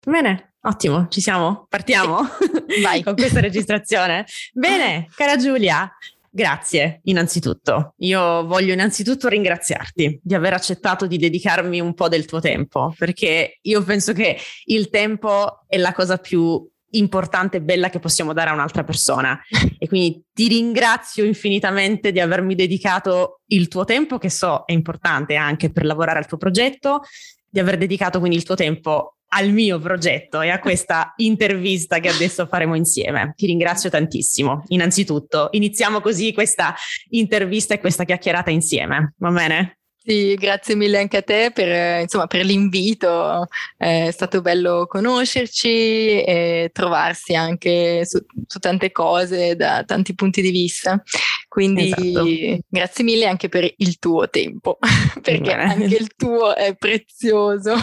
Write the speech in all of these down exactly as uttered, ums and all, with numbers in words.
Bene, ottimo, ci siamo? Partiamo? Sì. Vai. Con questa registrazione. Bene, cara Giulia, grazie innanzitutto. Io voglio innanzitutto ringraziarti di aver accettato di dedicarmi un po' del tuo tempo, perché io penso che il tempo è la cosa più importante e bella che possiamo dare a un'altra persona, e quindi ti ringrazio infinitamente di avermi dedicato il tuo tempo, che so è importante anche per lavorare al tuo progetto, di aver dedicato quindi il tuo tempo al mio progetto e a questa intervista che adesso faremo insieme. Ti ringrazio tantissimo. Innanzitutto iniziamo così questa intervista e questa chiacchierata insieme, va bene? Sì, grazie mille anche a te per, insomma, per l'invito, è stato bello conoscerci e trovarsi anche su, su tante cose da tanti punti di vista, quindi esatto. Grazie mille anche per il tuo tempo, perché Bene. Anche il tuo è prezioso.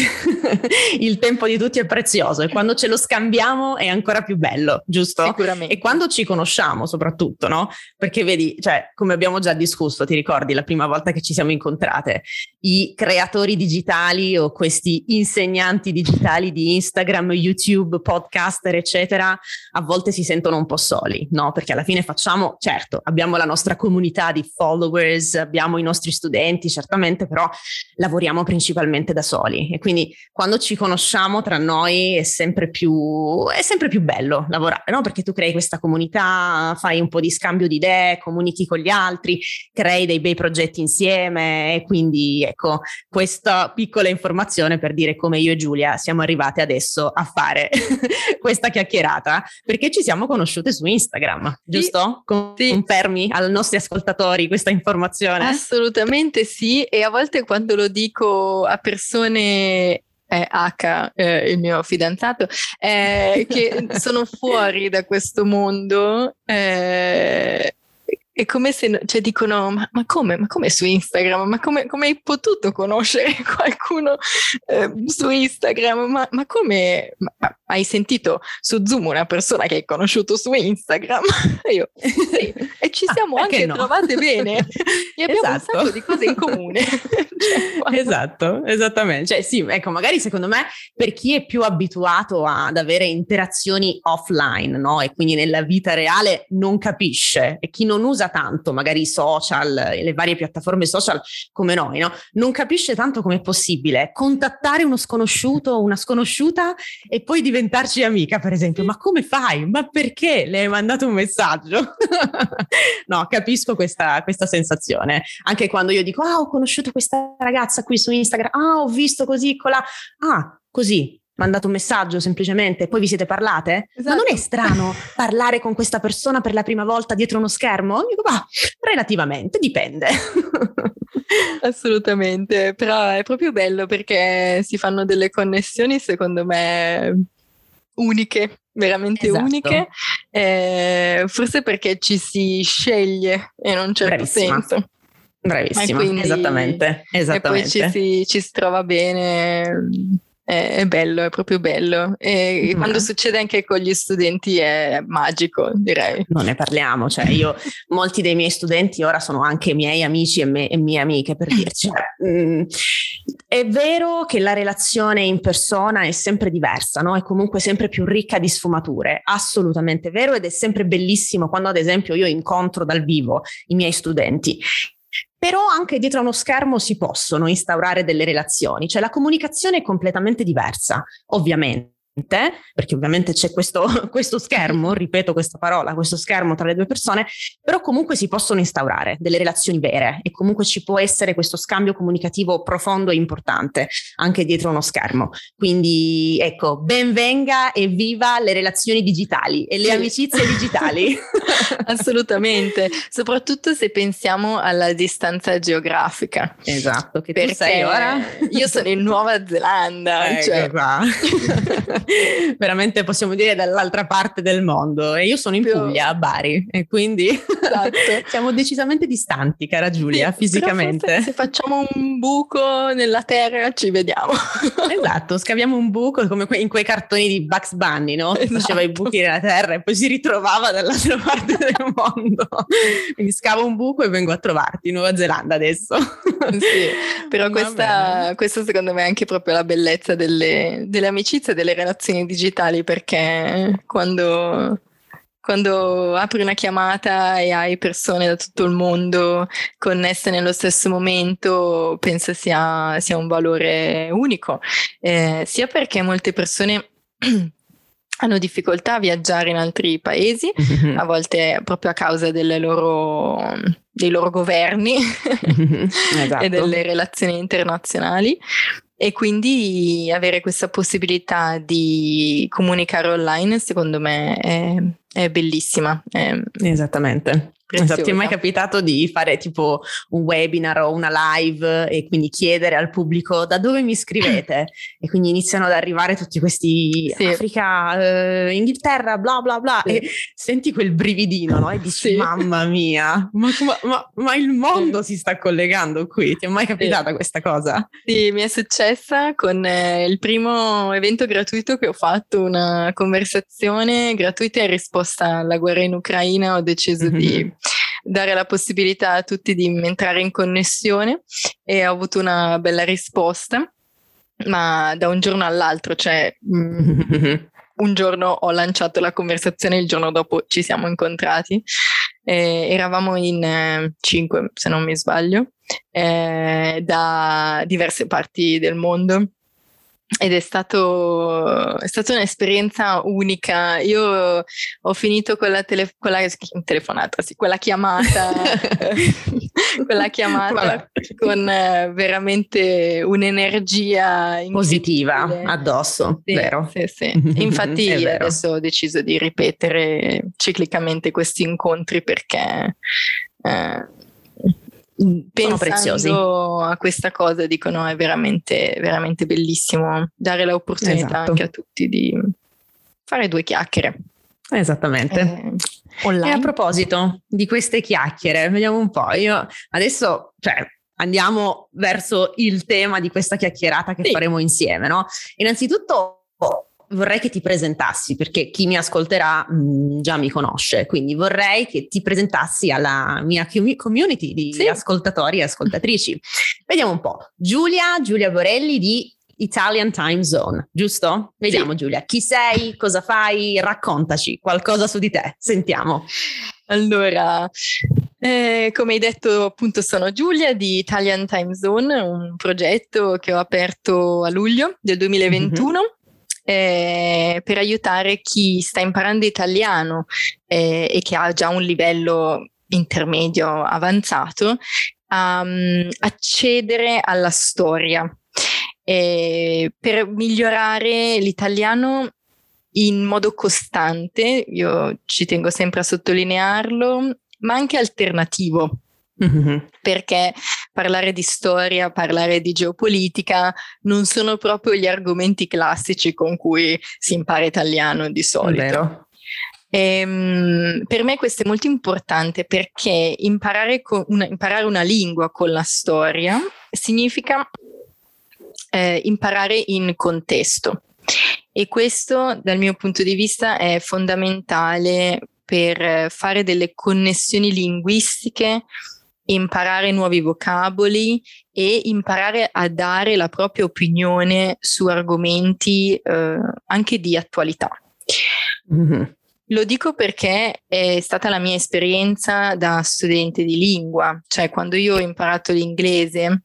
Il tempo di tutti è prezioso e quando ce lo scambiamo è ancora più bello, giusto? Sicuramente. E quando ci conosciamo soprattutto, no? Perché vedi, cioè, come abbiamo già discusso, ti ricordi la prima volta che ci siamo incontrati? I creatori digitali o questi insegnanti digitali di Instagram, YouTube, podcaster, eccetera, a volte si sentono un po' soli, no? Perché alla fine facciamo, certo, abbiamo la nostra comunità di followers, abbiamo i nostri studenti, certamente, però lavoriamo principalmente da soli. E quindi quando ci conosciamo tra noi è sempre più, è sempre più bello lavorare, no? Perché tu crei questa comunità, fai un po' di scambio di idee, comunichi con gli altri, crei dei bei progetti insieme. E quindi ecco, questa piccola informazione per dire come io e Giulia siamo arrivate adesso a fare questa chiacchierata, perché ci siamo conosciute su Instagram, giusto? Sì. Confermi ai nostri ascoltatori questa informazione? Assolutamente sì, e a volte quando lo dico a persone Eh, H, eh, il mio fidanzato, eh, che sono fuori da questo mondo, eh, è come se, cioè dicono, ma, ma come, ma come su Instagram? Ma come, come hai potuto conoscere qualcuno eh, su Instagram? Ma, ma come, ma, ma hai sentito su Zoom una persona che hai conosciuto su Instagram? E io, sì, e ci siamo ah, anche no? trovate bene e abbiamo esatto. un sacco di cose in comune. Cioè, esatto, esattamente. Cioè sì, ecco, magari secondo me per chi è più abituato ad avere interazioni offline, no? E quindi nella vita reale non capisce, e chi non usa tanto magari i social, le varie piattaforme social come noi, no? Non capisce tanto com'è possibile contattare uno sconosciuto o una sconosciuta e poi diventarci amica, per esempio. Ma come fai? Ma perché le hai mandato un messaggio? No, capisco questa, questa sensazione. Anche quando io dico, ah, ho conosciuto questa ragazza qui su Instagram, ah, ho visto così, colà, ah, così. Mandato un messaggio semplicemente e poi vi siete parlate? Esatto. Ma non è strano parlare con questa persona per la prima volta dietro uno schermo? Io dico, bah, relativamente, dipende. Assolutamente, però è proprio bello perché si fanno delle connessioni secondo me uniche, veramente esatto. uniche, eh, forse perché ci si sceglie in un certo Bravissima. senso. Bravissima, quindi, esattamente, esattamente. E poi ci si, ci si trova bene. È, è bello, è proprio bello e mm. quando succede anche con gli studenti è magico, direi. Non ne parliamo, cioè io molti dei miei studenti ora sono anche miei amici e, me, e mie amiche, per dirci. Mm, è vero che la relazione in persona è sempre diversa, no? È comunque sempre più ricca di sfumature, assolutamente vero, ed è sempre bellissimo quando ad esempio io incontro dal vivo i miei studenti. Però anche dietro a uno schermo si possono instaurare delle relazioni, cioè la comunicazione è completamente diversa, ovviamente, perché ovviamente c'è questo, questo schermo, ripeto questa parola, questo schermo tra le due persone, però comunque si possono instaurare delle relazioni vere e comunque ci può essere questo scambio comunicativo profondo e importante anche dietro uno schermo. Quindi ecco, ben venga e viva le relazioni digitali e le sì. amicizie digitali. Assolutamente, soprattutto se pensiamo alla distanza geografica. Esatto, che tu sei ora? Io sono in Nuova Zelanda, ecco cioè. qua. Veramente possiamo dire dall'altra parte del mondo, e io sono in Puglia, a Bari, e quindi Esatto. Siamo decisamente distanti, cara Giulia, sì, fisicamente. Se facciamo un buco nella terra ci vediamo. Esatto, scaviamo un buco come in quei cartoni di Bugs Bunny, no? Esatto. Faceva i buchi nella terra e poi si ritrovava dall'altra parte del mondo. Quindi scavo un buco e vengo a trovarti in Nuova Zelanda adesso. Sì, però questa, questa secondo me è anche proprio la bellezza delle, delle amicizie e delle relazioni digitali, perché quando... Quando apri una chiamata e hai persone da tutto il mondo connesse nello stesso momento, penso sia, sia un valore unico, eh, sia perché molte persone hanno difficoltà a viaggiare in altri paesi, mm-hmm. a volte proprio a causa delle loro, dei loro governi mm-hmm. esatto. e delle relazioni internazionali. E quindi avere questa possibilità di comunicare online, secondo me, è, è bellissima. È Esattamente. Esatto. Ti è mai capitato di fare tipo un webinar o una live e quindi chiedere al pubblico da dove mi scrivete? E quindi iniziano ad arrivare tutti questi sì. Africa, eh, Inghilterra, bla bla bla, sì. e senti quel brividino, no? E dici, sì. mamma mia, ma, ma, ma, ma il mondo sì. si sta collegando qui. Ti è mai capitata sì. questa cosa? Sì, mi è successa con eh, il primo evento gratuito che ho fatto, una conversazione gratuita in risposta alla guerra in Ucraina. Ho deciso mm-hmm. di dare la possibilità a tutti di entrare in connessione e ho avuto una bella risposta, ma da un giorno all'altro, cioè mm, un giorno ho lanciato la conversazione, il giorno dopo ci siamo incontrati. Eh, eravamo in eh, cinque, se non mi sbaglio, eh, da diverse parti del mondo. Ed è stato è stata un'esperienza unica. Io ho finito quella, tele, quella telefonata, sì, quella chiamata, quella chiamata con eh, veramente un'energia positiva addosso, sì, vero? Sì, sì. Infatti adesso ho deciso di ripetere ciclicamente questi incontri perché eh, pensando a questa cosa dico no, è veramente veramente bellissimo dare l'opportunità esatto. anche a tutti di fare due chiacchiere. Esattamente. Eh, online. E a proposito di queste chiacchiere, vediamo un po', io adesso cioè andiamo verso il tema di questa chiacchierata che sì. faremo insieme, no? Innanzitutto vorrei che ti presentassi, perché chi mi ascolterà mh, già mi conosce, quindi vorrei che ti presentassi alla mia community di sì. ascoltatori e ascoltatrici. Vediamo un po'. Giulia, Giulia Borelli di Italian Time Zone, giusto? Vediamo sì. Giulia, chi sei, cosa fai, raccontaci qualcosa su di te, sentiamo. Allora, eh, come hai detto appunto sono Giulia di Italian Time Zone, un progetto che ho aperto a luglio del duemilaventuno. Mm-hmm. Eh, per aiutare chi sta imparando italiano eh, e che ha già un livello intermedio avanzato a um, accedere alla storia eh, per migliorare l'italiano in modo costante, io ci tengo sempre a sottolinearlo, ma anche alternativo. Mm-hmm. Perché parlare di storia, parlare di geopolitica non sono proprio gli argomenti classici con cui si impara italiano di solito. Vero. Ehm, per me questo è molto importante perché imparare, con una, imparare una lingua con la storia significa eh, imparare in contesto, e questo dal mio punto di vista è fondamentale per fare delle connessioni linguistiche, imparare nuovi vocaboli e imparare a dare la propria opinione su argomenti eh, anche di attualità. Mm-hmm. Lo dico perché è stata la mia esperienza da studente di lingua, cioè quando io ho imparato l'inglese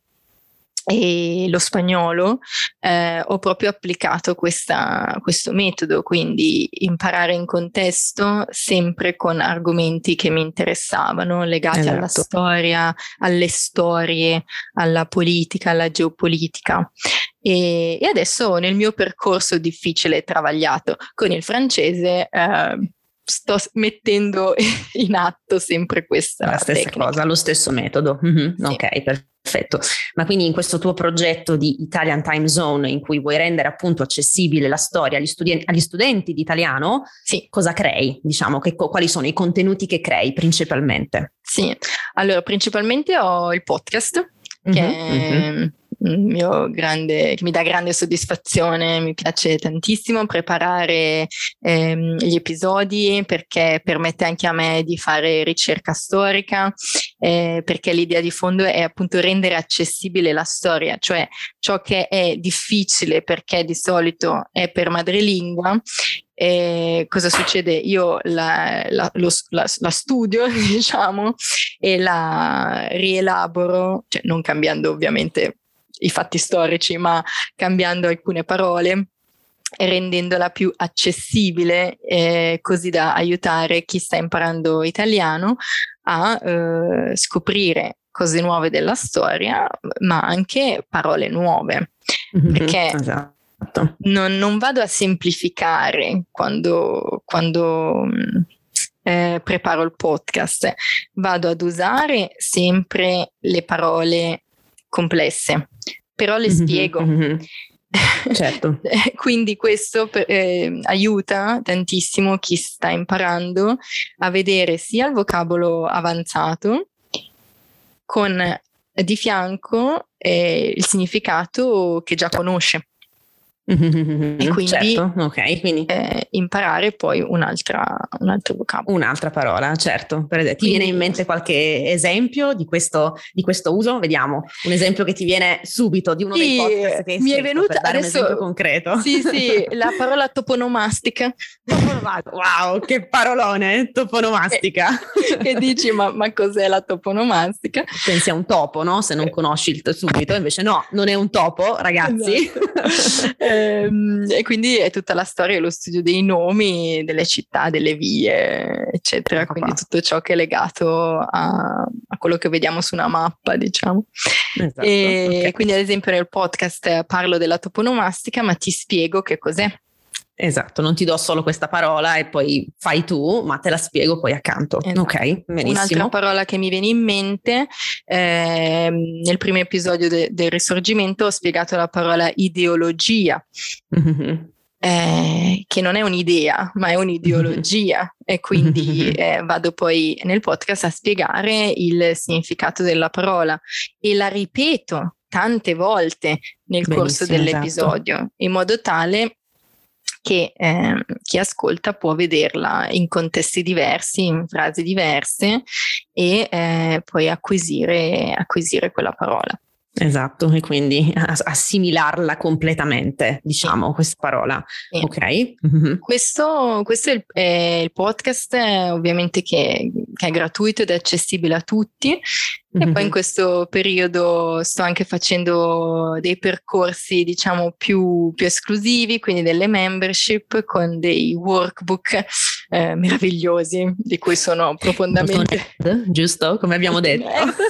e lo spagnolo eh, ho proprio applicato questa, questo metodo, quindi imparare in contesto sempre con argomenti che mi interessavano, legati esatto. alla storia, alle storie, alla politica, alla geopolitica. E, e adesso nel mio percorso difficile e travagliato con il francese eh, sto mettendo in atto sempre questa la stessa tecnica. cosa, lo stesso metodo. Mm-hmm. Sì. Ok, perfetto. Ma quindi in questo tuo progetto di Italian Time Zone, in cui vuoi rendere appunto accessibile la storia agli studenti, agli studenti di italiano, sì. cosa crei? Diciamo, che, quali sono i contenuti che crei principalmente? Sì, allora principalmente ho il podcast, che mm-hmm. è il mio grande, che mi dà grande soddisfazione, mi piace tantissimo preparare ehm, gli episodi, perché permette anche a me di fare ricerca storica, eh, perché l'idea di fondo è appunto rendere accessibile la storia, cioè ciò che è difficile perché di solito è per madrelingua. E cosa succede? Io la, la, lo, la, la studio, diciamo, e la rielaboro, cioè non cambiando ovviamente i fatti storici, ma cambiando alcune parole e rendendola più accessibile, eh, così da aiutare chi sta imparando italiano a eh, scoprire cose nuove della storia, ma anche parole nuove. Mm-hmm, perché esatto. Non, non vado a semplificare quando, quando eh, preparo il podcast, vado ad usare sempre le parole complesse, però le spiego. Mm-hmm. Certo. Quindi questo eh, aiuta tantissimo chi sta imparando a vedere sia il vocabolo avanzato con di fianco eh, il significato che già conosce. Mm-hmm, e quindi, certo, ok, quindi eh, imparare poi un'altra, un altro vocabolo. Un'altra parola, certo. Per esempio, ti quindi, viene in mente qualche esempio di questo, di questo uso? Vediamo, un esempio che ti viene subito di uno sì, dei podcast che hai mi è venuta per dare adesso, un esempio concreto. Sì, sì, la parola toponomastica. Wow, che parolone, toponomastica. Che, che dici, ma, ma cos'è la toponomastica? Pensi a un topo, no? Se non conosci il subito, invece no, non è un topo, ragazzi. Esatto. ehm, e quindi è tutta la storia e lo studio dei nomi, delle città, delle vie, eccetera. Ecco, quindi qua. Tutto ciò che è legato a, a quello che vediamo su una mappa, diciamo. Esatto, e okay. Quindi ad esempio nel podcast parlo della toponomastica, ma ti spiego che cos'è. Esatto, non ti do solo questa parola e poi fai tu, ma te la spiego poi accanto. Esatto. Ok, benissimo. Un'altra parola che mi viene in mente, eh, nel primo episodio de- del Risorgimento ho spiegato la parola ideologia, mm-hmm. eh, che non è un'idea, ma è un'ideologia. Mm-hmm. E quindi eh, vado poi nel podcast a spiegare il significato della parola e la ripeto tante volte nel benissimo, corso dell'episodio, esatto. In modo tale che eh, chi ascolta può vederla in contesti diversi, in frasi diverse e eh, poi acquisire, acquisire quella parola. Esatto, e quindi assimilarla completamente, diciamo, questa parola. Sì. Ok. Mm-hmm. Questo, questo è, il, è il podcast, eh, ovviamente che, che è gratuito ed è accessibile a tutti. Mm-hmm. E poi in questo periodo sto anche facendo dei percorsi, diciamo, più, più esclusivi, quindi delle membership con dei workbook eh, meravigliosi, di cui sono profondamente... Giusto? Come abbiamo detto.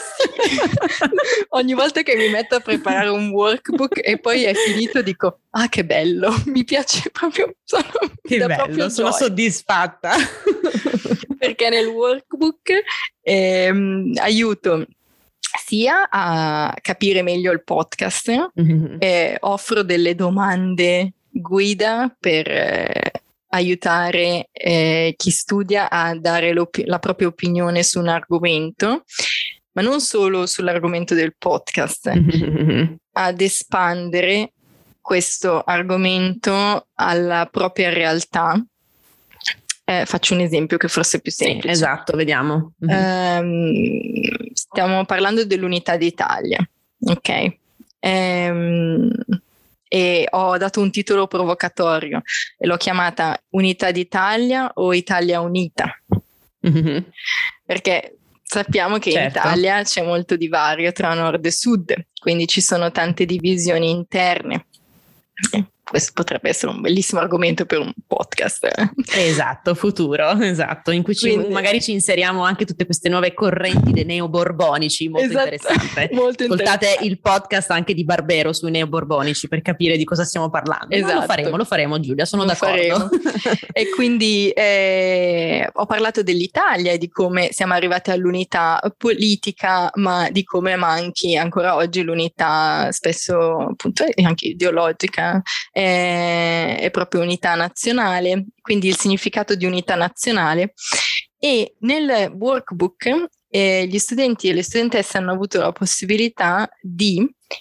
Ogni volta che mi metto a preparare un workbook e poi è finito dico, ah che bello, mi piace proprio, sono, che bello, proprio sono gioia. Soddisfatta. Perché nel workbook ehm, aiuto sia a capire meglio il podcast, mm-hmm. eh, offro delle domande guida per eh, aiutare eh, chi studia a dare la propria opinione su un argomento, ma non solo sull'argomento del podcast, mm-hmm. ad espandere questo argomento alla propria realtà. Eh, faccio un esempio che forse è più semplice. Sì, esatto, vediamo. Mm-hmm. Um, stiamo parlando dell'unità d'Italia, ok? Um, e ho dato un titolo provocatorio e l'ho chiamata Unità d'Italia o Italia Unita, mm-hmm. perché sappiamo che certo. in Italia c'è molto divario tra nord e sud, quindi ci sono tante divisioni interne. questo potrebbe essere un bellissimo argomento per un podcast. Esatto, futuro, esatto, in cui ci, Quindi, magari ci inseriamo anche tutte queste nuove correnti dei neoborbonici, molto esatto, interessante. Molto Ascoltate interessante. Il podcast anche di Barbero sui neoborbonici per capire di cosa stiamo parlando. Esatto. No, lo faremo, lo faremo Giulia, sono lo d'accordo. E quindi eh, ho parlato dell'Italia e di come siamo arrivati all'unità politica, ma di come manchi ancora oggi l'unità spesso appunto anche ideologica. È, è proprio unità nazionale, quindi il significato di unità nazionale. E nel workbook eh, gli studenti e le studentesse hanno avuto la possibilità di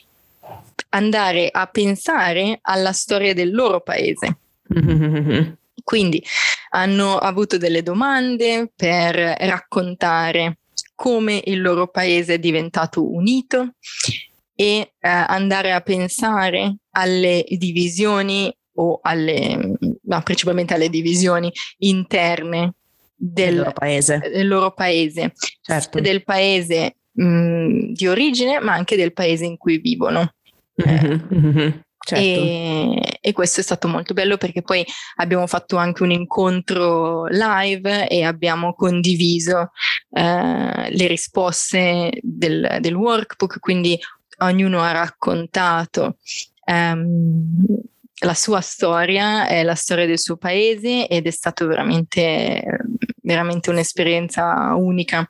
andare a pensare alla storia del loro paese. Mm-hmm. Quindi hanno avuto delle domande per raccontare come il loro paese è diventato unito e eh, andare a pensare alle divisioni o alle, no, principalmente alle divisioni interne del, del loro paese, del, loro paese certo. del paese mh, di origine, ma anche del paese in cui vivono. Mm-hmm, mm-hmm, certo. e, e questo è stato molto bello perché poi abbiamo fatto anche un incontro live e abbiamo condiviso eh, le risposte del, del workbook, quindi ognuno ha raccontato um, la sua storia e la storia del suo paese ed è stato veramente, veramente un'esperienza unica.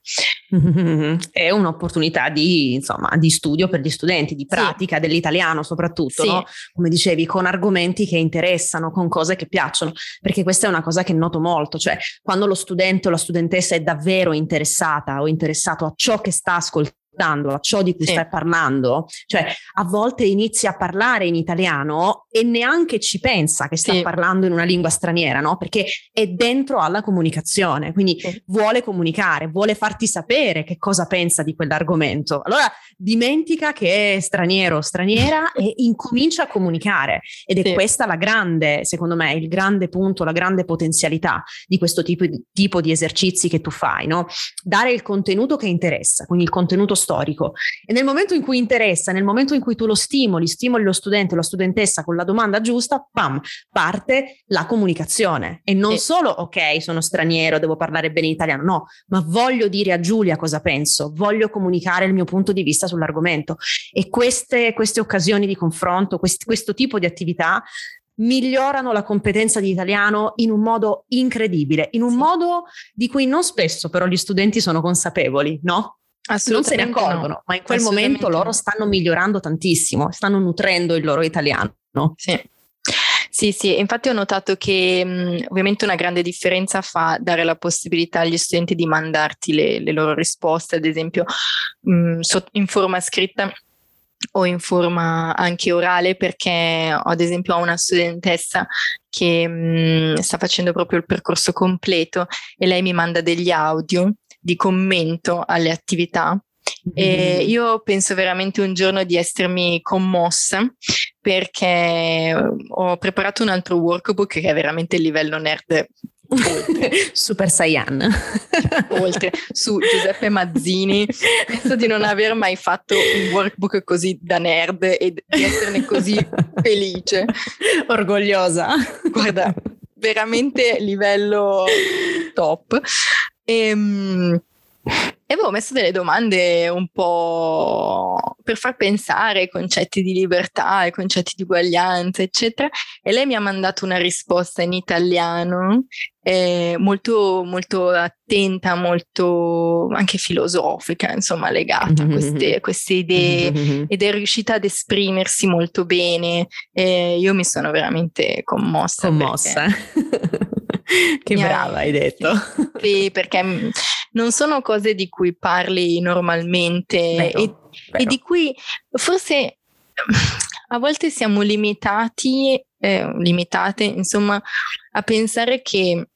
È un'opportunità di, insomma, di studio per gli studenti, di pratica sì. dell'italiano soprattutto, sì. no? Come dicevi, con argomenti che interessano, con cose che piacciono, perché questa è una cosa che noto molto, cioè quando lo studente o la studentessa è davvero interessata o interessato a ciò che sta ascoltando, a ciò di cui sì. stai parlando, cioè a volte inizia a parlare in italiano e neanche ci pensa che sta sì. parlando in una lingua straniera, no? Perché è dentro alla comunicazione, quindi sì. vuole comunicare, vuole farti sapere che cosa pensa di quell'argomento. Allora dimentica che è straniero o straniera e incomincia a comunicare ed è sì. questa la grande, secondo me, il grande punto, la grande potenzialità di questo tipo di, tipo di esercizi che tu fai, no? Dare il contenuto che interessa, quindi il contenuto storico, e nel momento in cui interessa, nel momento in cui tu lo stimoli, stimoli lo studente o la studentessa con la domanda giusta, pam, parte la comunicazione e non sì. solo ok, sono straniero, devo parlare bene italiano, no, ma voglio dire a Giulia cosa penso, voglio comunicare il mio punto di vista sull'argomento e queste, queste occasioni di confronto, quest, questo tipo di attività migliorano la competenza di italiano in un modo incredibile, in un sì. modo di cui non spesso però gli studenti sono consapevoli, no? Non se ne accorgono, no. ma in quel momento loro stanno migliorando tantissimo, stanno nutrendo il loro italiano. No? Sì. Sì, sì, infatti ho notato che mh, ovviamente una grande differenza fa dare la possibilità agli studenti di mandarti le, le loro risposte, ad esempio mh, so, in forma scritta o in forma anche orale, perché ad esempio ho una studentessa che mh, sta facendo proprio il percorso completo e lei mi manda degli audio di commento alle attività mm-hmm. e io penso veramente un giorno di essermi commossa perché ho preparato un altro workbook che è veramente il livello nerd oltre. Super Saiyan oltre, su Giuseppe Mazzini. Penso di non aver mai fatto un workbook così da nerd e di esserne così felice, orgogliosa, guarda, veramente livello top. E, e avevo messo delle domande un po' per far pensare ai concetti di libertà, ai concetti di uguaglianza, eccetera. E lei mi ha mandato una risposta in italiano eh, molto, molto attenta, molto anche filosofica, insomma, legata a queste, a queste idee mm-hmm. ed è riuscita ad esprimersi molto bene. E io mi sono veramente commossa. Commossa. Che mi brava hai, hai detto. Sì, perché non sono cose di cui parli normalmente vero, e, vero. e di cui forse a volte siamo limitati, eh, limitate, insomma, a pensare che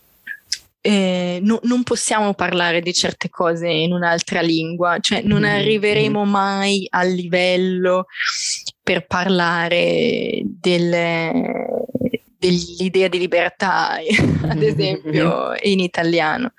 eh, no, non possiamo parlare di certe cose in un'altra lingua, cioè non mm-hmm. arriveremo mai al livello per parlare del... dell'idea di libertà, ad esempio, in italiano.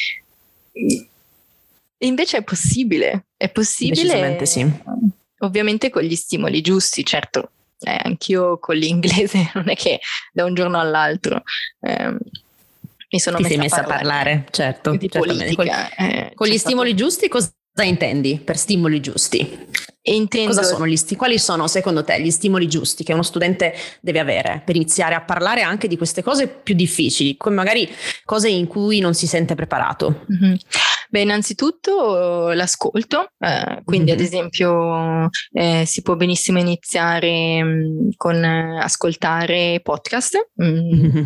Invece è possibile, è possibile, decisamente sì. Ovviamente con gli stimoli giusti, certo. eh, anch'io con l'inglese non è che da un giorno all'altro eh, mi sono Ti messa, sei messa a parlare, a parlare, certo. di Politica. politica. Con, eh, con gli stato... stimoli giusti cosa intendi per stimoli giusti? Intendo... Cosa sono gli sti- quali sono secondo te gli stimoli giusti che uno studente deve avere per iniziare a parlare anche di queste cose più difficili, come magari cose in cui non si sente preparato? Mm-hmm. Beh, innanzitutto l'ascolto, eh, quindi mm-hmm. ad esempio eh, si può benissimo iniziare mh, con eh, ascoltare podcast, mm,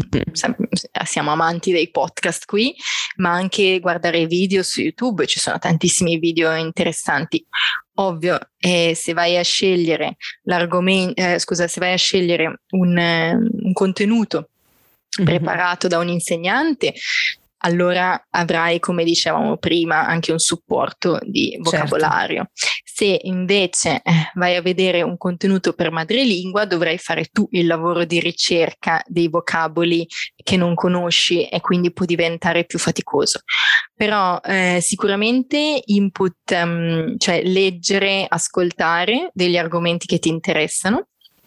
siamo amanti dei podcast qui, ma anche guardare video su YouTube, ci sono tantissimi video interessanti. Ovvio, eh, se vai a scegliere l'argomento, eh, scusa, se vai a scegliere un, eh, un contenuto mm-hmm. preparato da un insegnante, allora avrai, come dicevamo prima, anche un supporto di vocabolario. Certo. Se invece eh, vai a vedere un contenuto per madrelingua, dovrai fare tu il lavoro di ricerca dei vocaboli che non conosci e quindi può diventare più faticoso. Però eh, sicuramente input, um, cioè leggere, ascoltare degli argomenti che ti interessano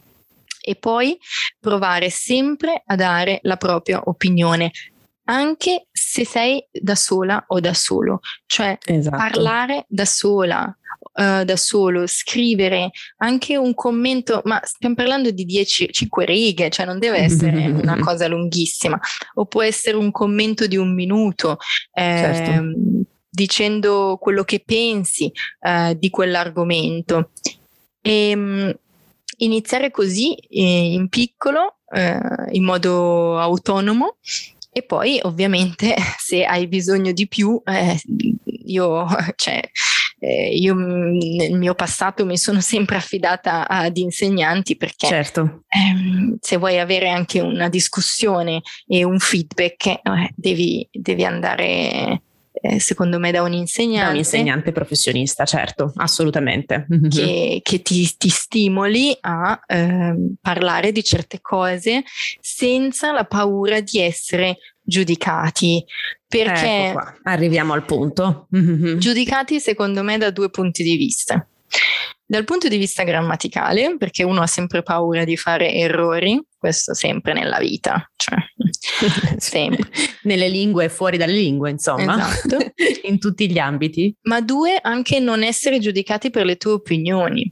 e poi provare sempre a dare la propria opinione, anche se sei da sola o da solo, cioè esatto. parlare da sola, uh, da solo, scrivere anche un commento, ma stiamo parlando di dieci, cinque righe, cioè non deve essere una cosa lunghissima, o può essere un commento di un minuto, eh, certo. dicendo quello che pensi uh, di quell'argomento. E, um, iniziare così eh, in piccolo, eh, in modo autonomo. E poi ovviamente se hai bisogno di più, eh, io, cioè, eh, io nel mio passato mi sono sempre affidata ad insegnanti perché certo. ehm, se vuoi avere anche una discussione e un feedback eh, devi, devi andare eh, secondo me da un insegnante. Da un insegnante professionista, certo, assolutamente. Che, che ti, ti stimoli a eh, parlare di certe cose senza la paura di essere giudicati. Perché ecco qua, arriviamo al punto. Giudicati secondo me da due punti di vista. Dal punto di vista grammaticale, perché uno ha sempre paura di fare errori, questo sempre nella vita, cioè sempre. Nelle lingue e fuori dalle lingue, insomma, esatto. In tutti gli ambiti. Ma due, anche non essere giudicati per le tue opinioni.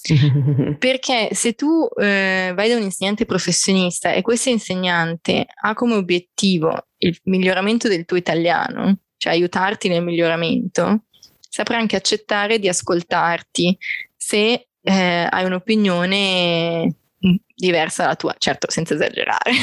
Perché se tu eh, vai da un insegnante professionista e questo insegnante ha come obiettivo il miglioramento del tuo italiano, cioè aiutarti nel miglioramento, saprà anche accettare di ascoltarti se eh, hai un'opinione diversa dalla tua, certo senza esagerare.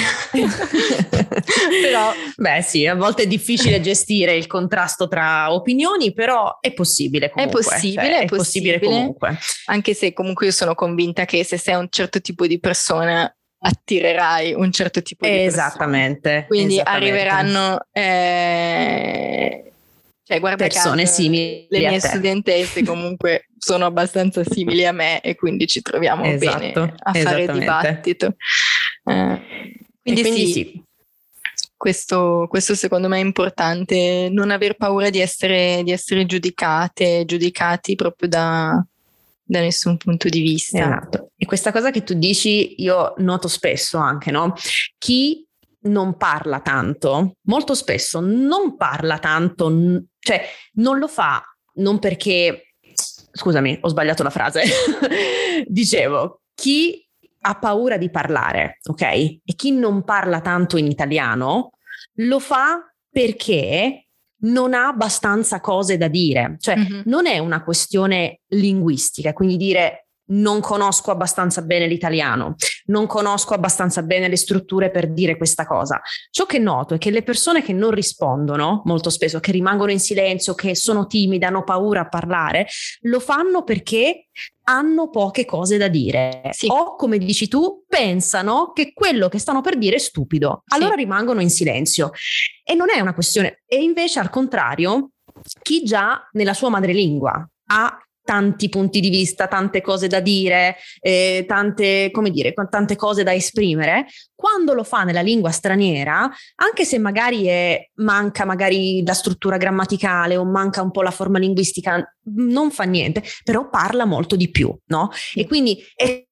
Però beh sì, a volte è difficile gestire il contrasto tra opinioni, però è possibile comunque. È possibile, cioè, è, è possibile, possibile comunque. Anche se comunque io sono convinta che se sei un certo tipo di persona attirerai un certo tipo di persona. Esattamente. Quindi esattamente. arriveranno eh, cioè guarda persone caso, simili le mie a te. Studentesse comunque sono abbastanza simili a me e quindi ci troviamo esatto, bene a fare dibattito. Eh, quindi, quindi sì, sì. Questo, questo secondo me è importante, non aver paura di essere, di essere giudicate, giudicati proprio da, da nessun punto di vista. Esatto. E questa cosa che tu dici io noto spesso anche, no? Chi non parla tanto, molto spesso non parla tanto, cioè non lo fa non perché, scusami, ho sbagliato la frase, dicevo, chi ha paura di parlare, ok? E chi non parla tanto in italiano lo fa perché non ha abbastanza cose da dire, cioè mm-hmm. non è una questione linguistica, quindi dire non conosco abbastanza bene l'italiano, non conosco abbastanza bene le strutture per dire questa cosa. Ciò che noto è che le persone che non rispondono, molto spesso, che rimangono in silenzio, che sono timide, hanno paura a parlare, lo fanno perché hanno poche cose da dire. Sì. O, come dici tu, pensano che quello che stanno per dire è stupido. Allora sì. rimangono in silenzio. E non è una questione. E invece, al contrario, chi già nella sua madrelingua ha tanti punti di vista, tante cose da dire, eh, tante, come dire, tante cose da esprimere, quando lo fa nella lingua straniera, anche se magari è, manca magari la struttura grammaticale o manca un po' la forma linguistica, non fa niente, però parla molto di più, no? E quindi è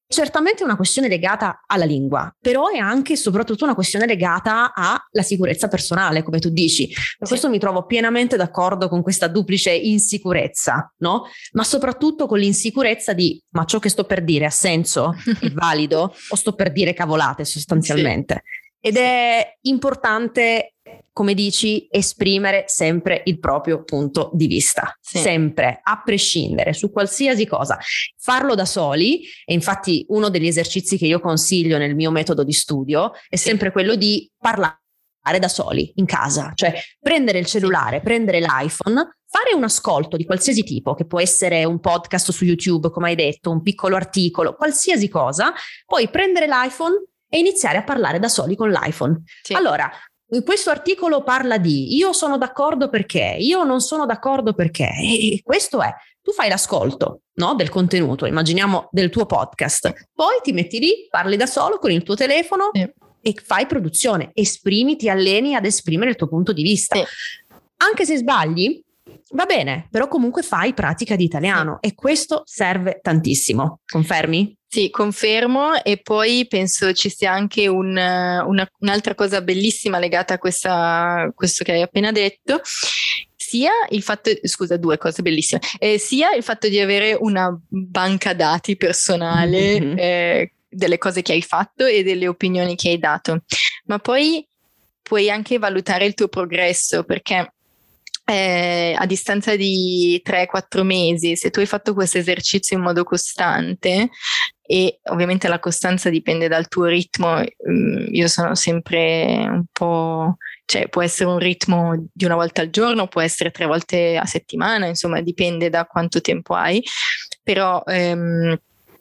certamente una questione legata alla lingua, però è anche e soprattutto una questione legata alla sicurezza personale, come tu dici. Per sì. questo mi trovo pienamente d'accordo con questa duplice insicurezza, no? Ma soprattutto con l'insicurezza di: ma ciò che sto per dire ha senso? È valido? O sto per dire cavolate sostanzialmente? Sì. Ed sì. è importante, come dici, esprimere sempre il proprio punto di vista, sì. sempre, a prescindere, su qualsiasi cosa. Farlo da soli, e infatti uno degli esercizi che io consiglio nel mio metodo di studio è sì. sempre quello di parlare da soli in casa, cioè prendere il cellulare, sì. prendere l'iPhone, fare un ascolto di qualsiasi tipo, che può essere un podcast su YouTube, come hai detto, un piccolo articolo, qualsiasi cosa, poi prendere l'iPhone e iniziare a parlare da soli con l'iPhone. Sì. Allora, questo articolo parla di: io sono d'accordo perché, io non sono d'accordo perché, e questo è, tu fai l'ascolto, no, del contenuto, immaginiamo del tuo podcast, poi ti metti lì, parli da solo con il tuo telefono sì. e fai produzione, esprimi, ti alleni ad esprimere il tuo punto di vista. Sì. Anche se sbagli, va bene, però comunque fai pratica di italiano sì. e questo serve tantissimo. Confermi? Sì, confermo, e poi penso ci sia anche un, una, un'altra cosa bellissima legata a questa, questo che hai appena detto, sia il fatto, scusa, due cose bellissime, eh, sia il fatto di avere una banca dati personale mm-hmm. eh, delle cose che hai fatto e delle opinioni che hai dato, ma poi puoi anche valutare il tuo progresso, perché Eh, a distanza di tre quattro mesi, se tu hai fatto questo esercizio in modo costante, e ovviamente la costanza dipende dal tuo ritmo, io sono sempre un po', cioè può essere un ritmo di una volta al giorno, può essere tre volte a settimana, insomma dipende da quanto tempo hai, però ehm,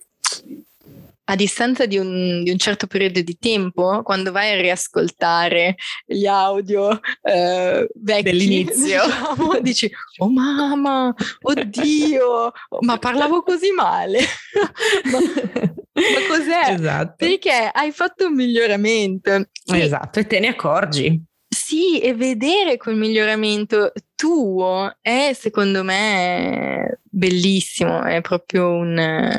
a distanza di un, di un certo periodo di tempo, quando vai a riascoltare gli audio eh, vecchi dell'inizio, diciamo, dici: oh mamma, oddio, ma parlavo così male. ma, ma cos'è? Esatto. Perché hai fatto un miglioramento. Esatto, e te ne accorgi. Sì, e vedere quel miglioramento tuo è, secondo me, bellissimo, è proprio un...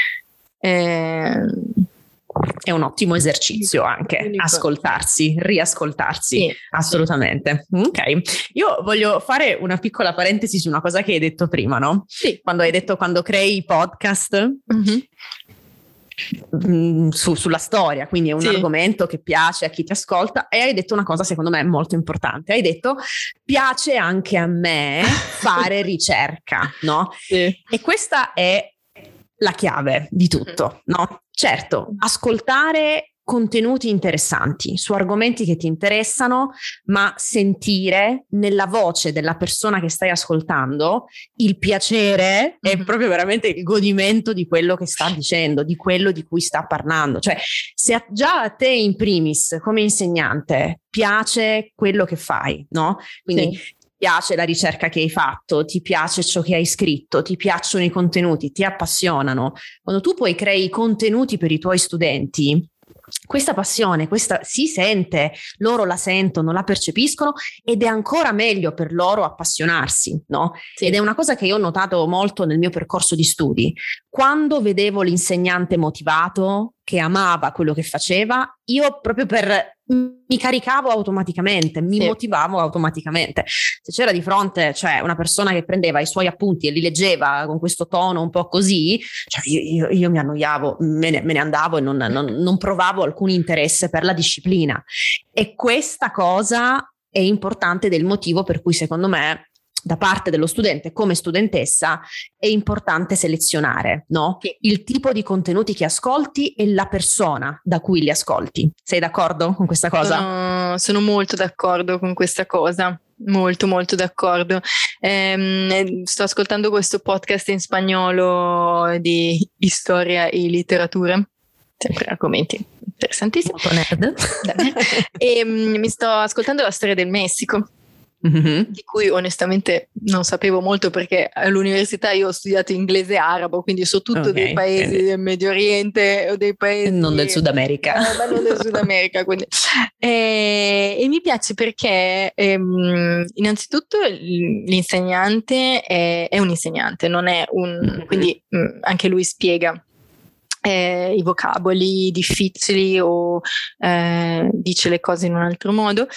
Eh, è un ottimo esercizio anche, unico. Ascoltarsi, riascoltarsi, sì, assolutamente. Sì. Ok, io voglio fare una piccola parentesi su una cosa che hai detto prima, no? Sì. Quando hai detto quando crei podcast mm-hmm. mh, su, sulla storia, quindi è un sì. argomento che piace a chi ti ascolta, e hai detto una cosa secondo me molto importante, hai detto: piace anche a me fare ricerca, no? Sì. E questa è la chiave di tutto, no? Certo, ascoltare contenuti interessanti su argomenti che ti interessano, ma sentire nella voce della persona che stai ascoltando il piacere mm-hmm. e proprio veramente il godimento di quello che sta dicendo, di quello di cui sta parlando. Cioè, se già a te in primis come insegnante piace quello che fai, no? Quindi sì. ti piace la ricerca che hai fatto, ti piace ciò che hai scritto, ti piacciono i contenuti, ti appassionano. Quando tu poi crei contenuti per i tuoi studenti, questa passione, questa si sente, loro la sentono, la percepiscono, ed è ancora meglio per loro appassionarsi, no? Sì. Ed è una cosa che io ho notato molto nel mio percorso di studi. Quando vedevo l'insegnante motivato, che amava quello che faceva, io proprio per mi caricavo automaticamente, mi sì. motivavo automaticamente. Se c'era di fronte, cioè, una persona che prendeva i suoi appunti e li leggeva con questo tono un po' così, cioè io, io, io mi annoiavo, me ne, me ne andavo e non, non, non provavo alcun interesse per la disciplina. E questa cosa è importante, del motivo per cui secondo me da parte dello studente come studentessa è importante selezionare, no? Il tipo di contenuti che ascolti e la persona da cui li ascolti. Sei d'accordo con questa cosa? Sono, sono molto d'accordo con questa cosa, molto molto d'accordo. Ehm, sto ascoltando questo podcast in spagnolo di storia e letteratura, sempre argomenti interessantissimi. Molto nerd. E um, mi sto ascoltando la storia del Messico. Mm-hmm. Di cui onestamente non sapevo molto, perché all'università io ho studiato inglese e arabo, quindi so tutto okay, dei paesi quindi... del Medio Oriente o dei paesi non del Sud America, eh, ma non del Sud America quindi. e, e mi piace perché ehm, innanzitutto l'insegnante è, è un insegnante, non è un mm-hmm. quindi mh, anche lui spiega eh, i vocaboli difficili o eh, dice le cose in un altro modo.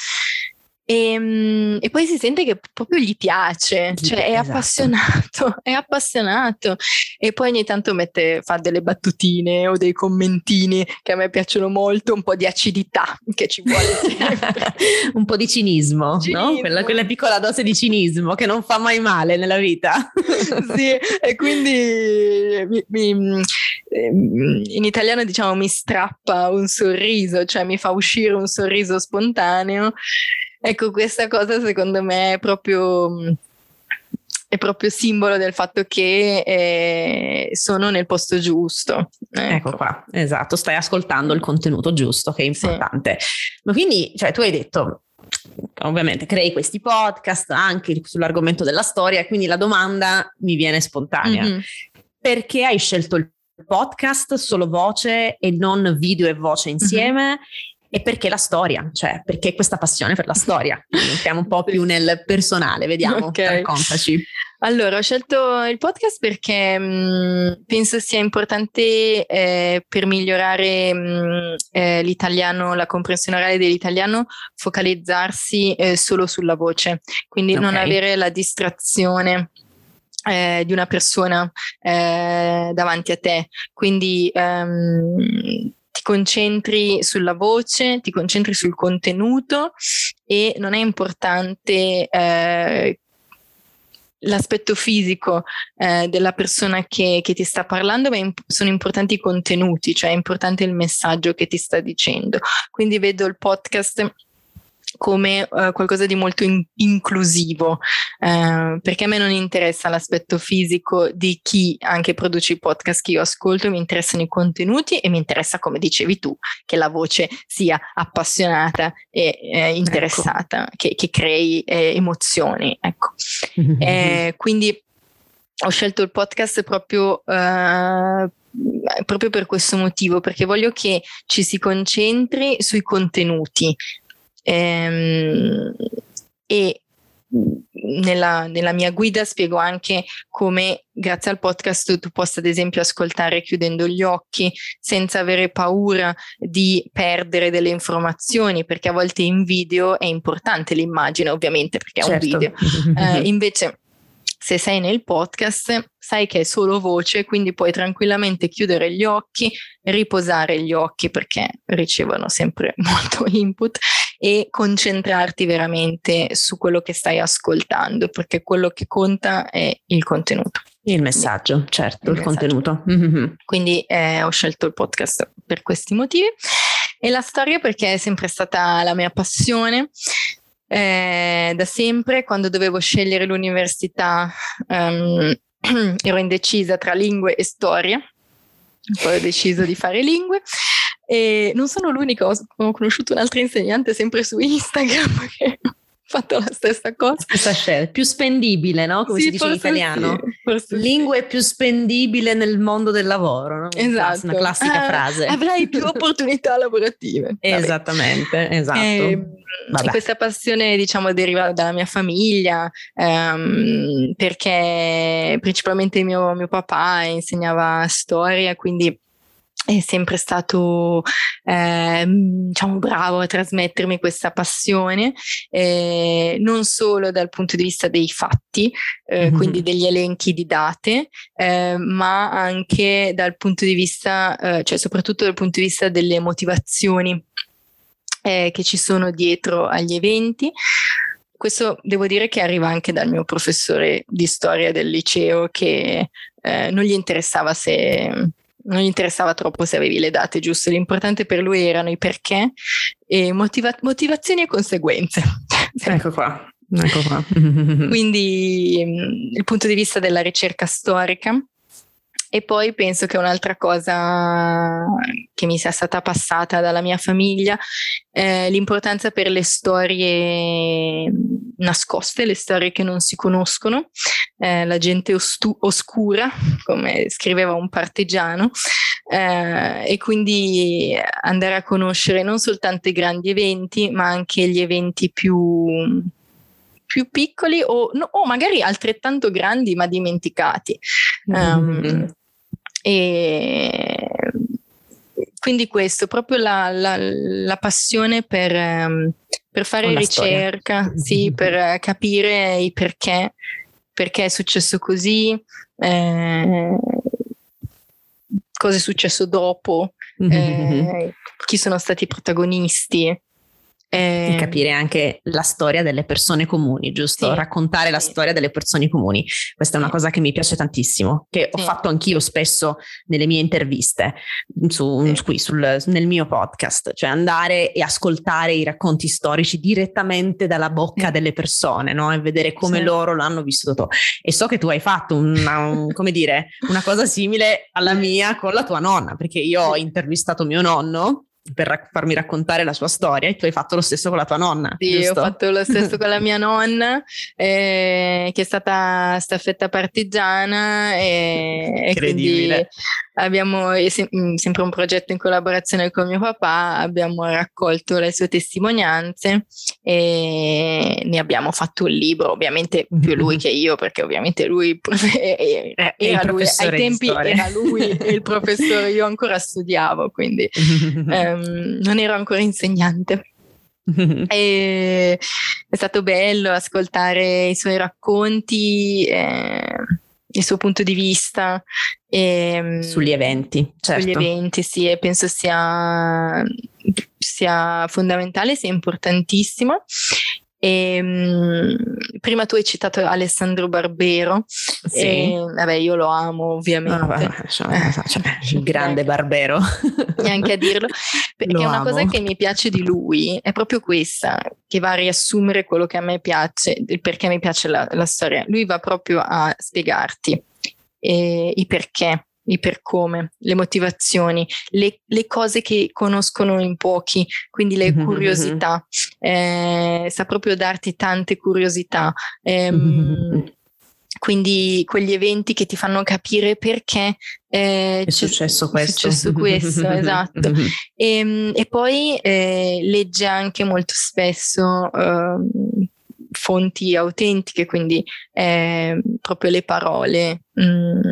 E, e poi si sente che proprio gli piace, cioè è esatto. appassionato, è appassionato. E poi ogni tanto mette, fa delle battutine o dei commentini che a me piacciono molto, un po' di acidità che ci vuole sempre. Un po' di cinismo, cinismo. No? Quella, quella piccola dose di cinismo che non fa mai male nella vita. Sì, e quindi mi, mi, in italiano diciamo mi strappa un sorriso, cioè mi fa uscire un sorriso spontaneo. Ecco, questa cosa secondo me è proprio, è proprio simbolo del fatto che eh, sono nel posto giusto. Ecco. Ecco qua, esatto, stai ascoltando il contenuto giusto, che è importante. Sì. Ma quindi, cioè, tu hai detto, ovviamente crei questi podcast anche sull'argomento della storia, quindi la domanda mi viene spontanea. Mm-hmm. Perché hai scelto il podcast solo voce e non video e voce insieme? Mm-hmm. E perché la storia? Cioè, perché questa passione per la storia? Entriamo un po' più nel personale, vediamo, okay. Raccontaci. Allora, ho scelto il podcast perché mh, penso sia importante eh, per migliorare mh, eh, l'italiano, la comprensione orale dell'italiano, focalizzarsi eh, solo sulla voce, quindi okay. non avere la distrazione eh, di una persona eh, davanti a te. Quindi ehm, ti concentri sulla voce, ti concentri sul contenuto e non è importante eh, l'aspetto fisico eh, della persona che, che ti sta parlando, ma imp- sono importanti i contenuti, cioè è importante il messaggio che ti sta dicendo. Quindi vedo il podcast come uh, qualcosa di molto in- inclusivo, uh, perché a me non interessa l'aspetto fisico di chi anche produce i podcast che io ascolto, mi interessano i contenuti e mi interessa, come dicevi tu, che la voce sia appassionata e eh, interessata, ecco. che, che crei eh, emozioni, ecco. eh, quindi ho scelto il podcast proprio uh, proprio per questo motivo, perché voglio che ci si concentri sui contenuti. Ehm, e nella, nella mia guida spiego anche come grazie al podcast tu possa ad esempio ascoltare chiudendo gli occhi senza avere paura di perdere delle informazioni, perché a volte in video è importante l'immagine, ovviamente, perché è certo. un video eh, invece se sei nel podcast sai che è solo voce, quindi puoi tranquillamente chiudere gli occhi, riposare gli occhi perché ricevono sempre molto input e concentrarti veramente su quello che stai ascoltando, perché quello che conta è il contenuto. Il messaggio, certo, il, il contenuto. Mm-hmm. Quindi eh, ho scelto il podcast per questi motivi e la storia perché è sempre stata la mia passione. Eh, da sempre, quando dovevo scegliere l'università um, ero indecisa tra lingue e storia, poi ho deciso di fare lingue e non sono l'unica, ho, ho conosciuto un'altra insegnante sempre su Instagram che ha fatto la stessa cosa. Stessa scelta, più spendibile, no? Come sì, si dice in italiano. Sì, lingue sì. più spendibile nel mondo del lavoro, no? Esatto. Una classica ah, frase. Avrai più opportunità lavorative. Esattamente, esatto. E, questa passione, diciamo, deriva dalla mia famiglia, ehm, perché principalmente mio, mio papà insegnava storia, quindi è sempre stato eh, diciamo bravo a trasmettermi questa passione, eh, non solo dal punto di vista dei fatti, eh, mm-hmm. quindi degli elenchi di date, eh, ma anche dal punto di vista, eh, cioè soprattutto dal punto di vista delle motivazioni eh, che ci sono dietro agli eventi. Questo devo dire che arriva anche dal mio professore di storia del liceo, che eh, non gli interessava se... non gli interessava troppo se avevi le date giuste, l'importante per lui erano i perché e motiva- motivazioni e conseguenze. Ecco qua, ecco qua. Quindi mh, il punto di vista della ricerca storica. E poi penso che un'altra cosa che mi sia stata passata dalla mia famiglia è l'importanza per le storie nascoste, le storie che non si conoscono, eh, la gente ostu- oscura, come scriveva un partigiano, eh, e quindi andare a conoscere non soltanto i grandi eventi, ma anche gli eventi più... più piccoli o, no, o magari altrettanto grandi ma dimenticati. Um, e quindi questo, proprio la, la, la passione per, um, per fare Una ricerca, storia. sì, per capire i perché, perché è successo così, eh, cosa è successo dopo, eh, chi sono stati i protagonisti. E capire anche la storia delle persone comuni, giusto? Sì, Raccontare sì. la storia delle persone comuni. Questa è una Sì. cosa che mi piace tantissimo, che Sì. ho fatto anch'io spesso nelle mie interviste, su, Sì. qui sul, nel mio podcast, cioè andare e ascoltare i racconti storici direttamente dalla bocca Sì. delle persone, no? E vedere come Sì. loro l'hanno vissuto. E so che tu hai fatto una, un, come dire, una cosa simile alla mia con la tua nonna, perché io ho intervistato mio nonno per rac- farmi raccontare la sua storia e tu hai fatto lo stesso con la tua nonna, sì, giusto? Ho fatto lo stesso con la mia nonna, eh, che è stata staffetta partigiana, e, e quindi abbiamo è se- sempre un progetto in collaborazione con mio papà, abbiamo raccolto le sue testimonianze e ne abbiamo fatto un libro, ovviamente più lui che io, perché ovviamente lui era, era lui, ai tempi era lui il professore, io ancora studiavo, quindi um, non ero ancora insegnante. E è stato bello ascoltare i suoi racconti, eh, il suo punto di vista e, sugli eventi, certo. Sugli eventi, sì, e penso sia, sia fondamentale, sia importantissimo. E, um, prima tu hai citato Alessandro Barbero, sì. E, vabbè, io lo amo ovviamente, oh, vabbè, cioè, cioè, il grande Barbero, neanche a dirlo, perché lo una amo. cosa che mi piace di lui è proprio questa, che va a riassumere quello che a me piace, il perché mi piace la, la storia. Lui va proprio a spiegarti eh, i perché, i per come, le motivazioni, le, le cose che conoscono in pochi, quindi le mm-hmm. curiosità, eh, sa proprio darti tante curiosità, ehm, mm-hmm. quindi quegli eventi che ti fanno capire perché eh, è successo questo, è successo questo esatto. E, e poi eh, legge anche molto spesso eh, fonti autentiche, quindi eh, proprio le parole mh,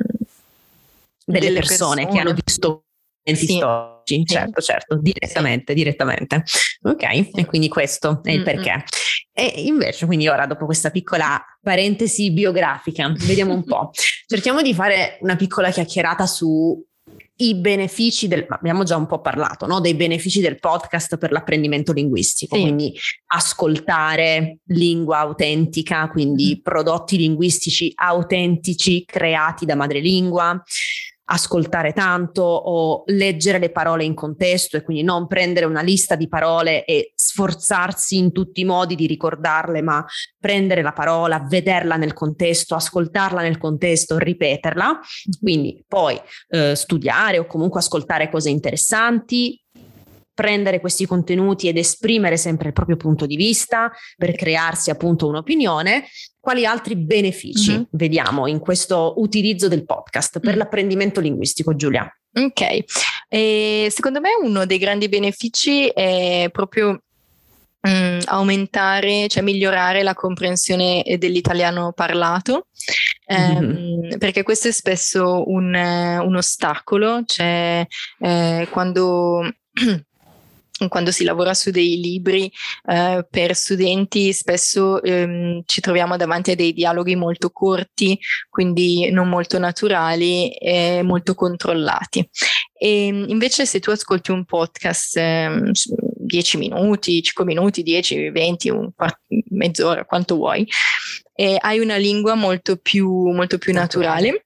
delle persone, persone che hanno visto eventi sì, storici, sì. certo, certo, direttamente, sì. direttamente. Ok, sì. E quindi questo è il perché. Mm-hmm. E invece, quindi ora, dopo questa piccola parentesi biografica, vediamo un po'. Cerchiamo di fare una piccola chiacchierata su i benefici del, abbiamo già un po' parlato, no? Dei benefici del podcast per l'apprendimento linguistico, sì. Quindi ascoltare lingua autentica, quindi mm. prodotti linguistici autentici creati da madrelingua, ascoltare tanto o leggere le parole in contesto e quindi non prendere una lista di parole e sforzarsi in tutti i modi di ricordarle, ma prendere la parola, vederla nel contesto, ascoltarla nel contesto, ripeterla, quindi poi eh, studiare o comunque ascoltare cose interessanti, prendere questi contenuti ed esprimere sempre il proprio punto di vista per crearsi appunto un'opinione. Quali altri benefici mm-hmm. vediamo in questo utilizzo del podcast per mm. l'apprendimento linguistico, Giulia? Ok, e secondo me uno dei grandi benefici è proprio um, aumentare, cioè migliorare la comprensione dell'italiano parlato, mm-hmm. um, perché questo è spesso un, un ostacolo, cioè eh, quando... quando si lavora su dei libri eh, per studenti spesso ehm, ci troviamo davanti a dei dialoghi molto corti, quindi non molto naturali e molto controllati. E invece se tu ascolti un podcast ehm, dieci minuti, cinque minuti, dieci, venti, un quart- mezz'ora, quanto vuoi, e hai una lingua molto più, molto più naturale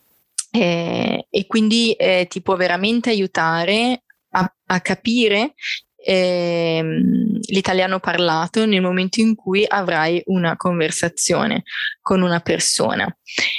e, e quindi eh, ti può veramente aiutare A, a capire ehm, l'italiano parlato nel momento in cui avrai una conversazione con una persona.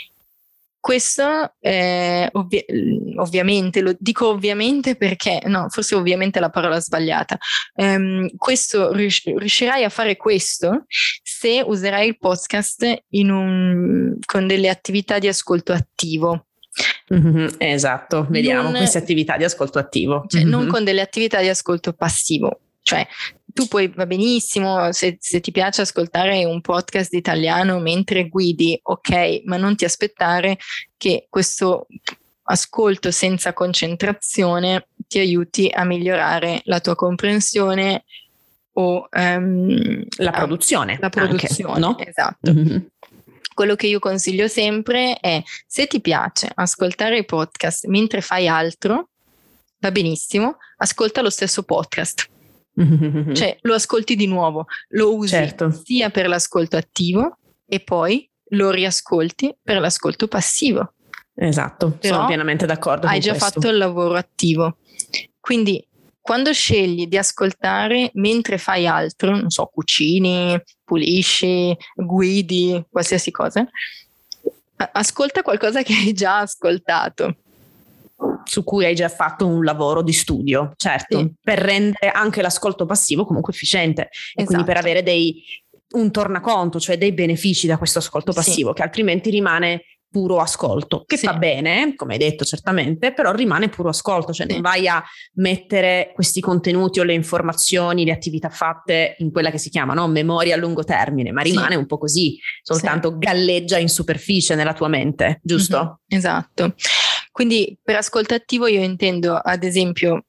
Questo eh, ovvi- ovviamente, lo dico ovviamente perché, no, forse ovviamente è la parola sbagliata. Um, questo rius- riuscirai a fare questo se userai il podcast in un, con delle attività di ascolto attivo. Mm-hmm, esatto, vediamo non, queste attività di ascolto attivo, cioè, mm-hmm. non con delle attività di ascolto passivo, cioè tu puoi, va benissimo, se, se ti piace ascoltare un podcast italiano mentre guidi, ok, ma non ti aspettare che questo ascolto senza concentrazione ti aiuti a migliorare la tua comprensione o um, la produzione. La produzione, anche, no? Esatto. Mm-hmm. Quello che io consiglio sempre è, se ti piace ascoltare i podcast mentre fai altro, va benissimo, ascolta lo stesso podcast. Mm-hmm. Cioè lo ascolti di nuovo, lo usi certo. sia per l'ascolto attivo e poi lo riascolti per l'ascolto passivo. Esatto, Però sono pienamente d'accordo hai con già questo. fatto il lavoro attivo. Quindi quando scegli di ascoltare mentre fai altro, non so, cucini, pulisci, guidi, qualsiasi cosa, ascolta qualcosa che hai già ascoltato. Su cui hai già fatto un lavoro di studio, certo, sì. per rendere anche l'ascolto passivo comunque efficiente. Esatto. E quindi per avere dei, un tornaconto, cioè dei benefici da questo ascolto passivo, sì. che altrimenti rimane puro ascolto, che sì. fa bene, come hai detto certamente, però rimane puro ascolto, cioè sì. non vai a mettere questi contenuti o le informazioni, le attività fatte in quella che si chiama no? memoria a lungo termine, ma rimane sì. un po' così, soltanto sì. galleggia in superficie nella tua mente, giusto? Mm-hmm. Esatto. Quindi per ascolto attivo io intendo ad esempio